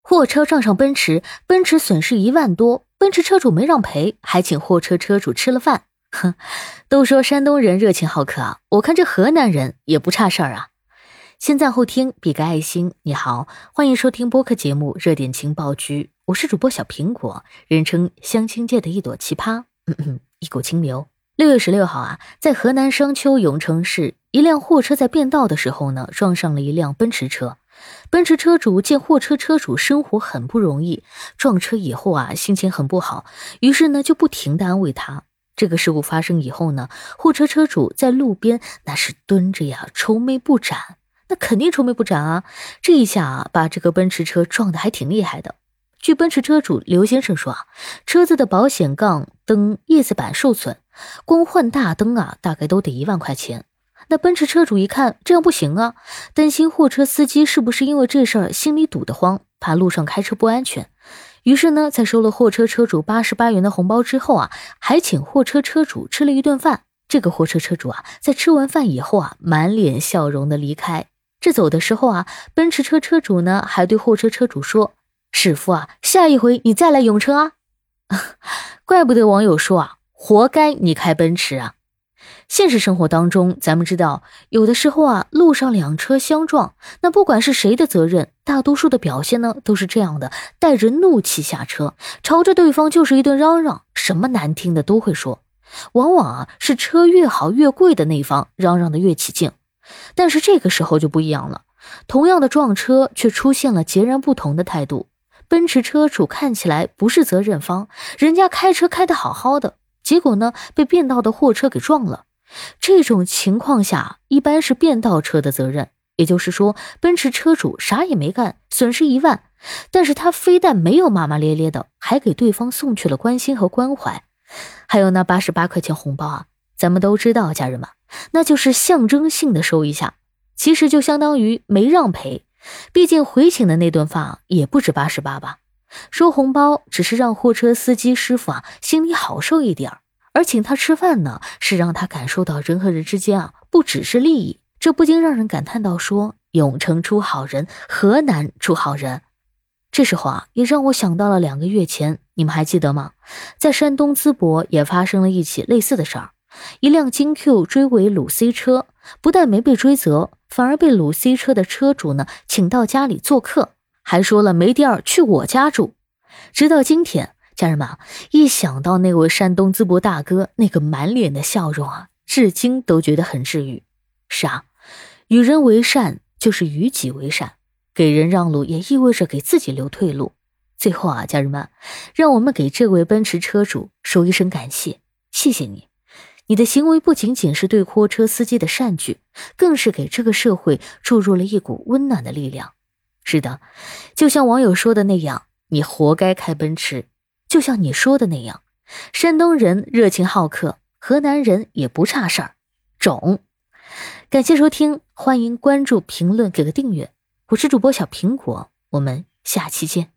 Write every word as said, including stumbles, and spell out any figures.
货车撞上奔驰，奔驰损失一万多，奔驰车主没让赔，还请货车车主吃了饭。哼，都说山东人热情好客啊，我看这河南人也不差事儿啊。先赞后听，比个爱心。你好，欢迎收听播客节目《热点情报局》，我是主播小苹果，人称相亲界的一朵奇葩，嗯嗯，一股清流。六月十六号啊，在河南商丘永城市，一辆货车在变道的时候呢，撞上了一辆奔驰车。奔驰车主见货车车主生活很不容易，撞车以后啊，心情很不好，于是呢就不停地安慰他。这个事故发生以后呢，货车车主在路边那是蹲着呀，愁眉不展。那肯定愁眉不展啊，这一下啊，把这个奔驰车撞得还挺厉害的。据奔驰车主刘先生说啊，车子的保险杠、灯、叶子板受损，光换大灯啊，大概都得一万块钱。那奔驰车主一看这样不行啊，担心货车司机是不是因为这事儿心里堵得慌，怕路上开车不安全。于是呢，在收了货车车主八十八元的红包之后啊，还请货车车主吃了一顿饭。这个货车车主啊，在吃完饭以后啊，满脸笑容的离开。这走的时候啊，奔驰车车主呢还对货车车主说：“师傅啊，下一回你再来永城啊。”怪不得网友说啊，活该你开奔驰啊。现实生活当中，咱们知道有的时候啊，路上两车相撞，那不管是谁的责任，大多数的表现呢都是这样的，带着怒气下车，朝着对方就是一顿嚷嚷，什么难听的都会说。往往啊是车越好越贵的那方嚷嚷的越起劲。但是这个时候就不一样了，同样的撞车却出现了截然不同的态度。奔驰车主看起来不是责任方，人家开车开得好好的，结果呢被变道的货车给撞了。这种情况下一般是变道车的责任，也就是说奔驰车主啥也没干，损失一万，但是他非但没有骂骂咧咧的，还给对方送去了关心和关怀。还有那八十八块钱红包啊，咱们都知道家人们，那就是象征性的收一下，其实就相当于没让赔，毕竟回请的那顿饭也不止八十八吧。收红包只是让货车司机师傅啊心里好受一点，而请他吃饭呢，是让他感受到人和人之间啊不只是利益。这不禁让人感叹到说，永城出好人，河南出好人。这时候啊，也让我想到了两个月前，你们还记得吗？在山东淄博也发生了一起类似的事儿。一辆京 Q 追尾鲁 C 车，不但没被追责，反而被鲁 C 车的车主呢请到家里做客，还说了没地儿去我家住。直到今天，家人们啊，一想到那位山东淄博大哥那个满脸的笑容啊，至今都觉得很治愈。是啊，与人为善就是与己为善，给人让路也意味着给自己留退路。最后啊，家人们，让我们给这位奔驰车主说一声感谢，谢谢你。你的行为不仅仅是对货车司机的善举，更是给这个社会注入了一股温暖的力量。是的，就像网友说的那样，你活该开奔驰。就像你说的那样，山东人热情好客，河南人也不差事儿，种。感谢收听，欢迎关注、评论、给个订阅。我是主播小苹果，我们下期见。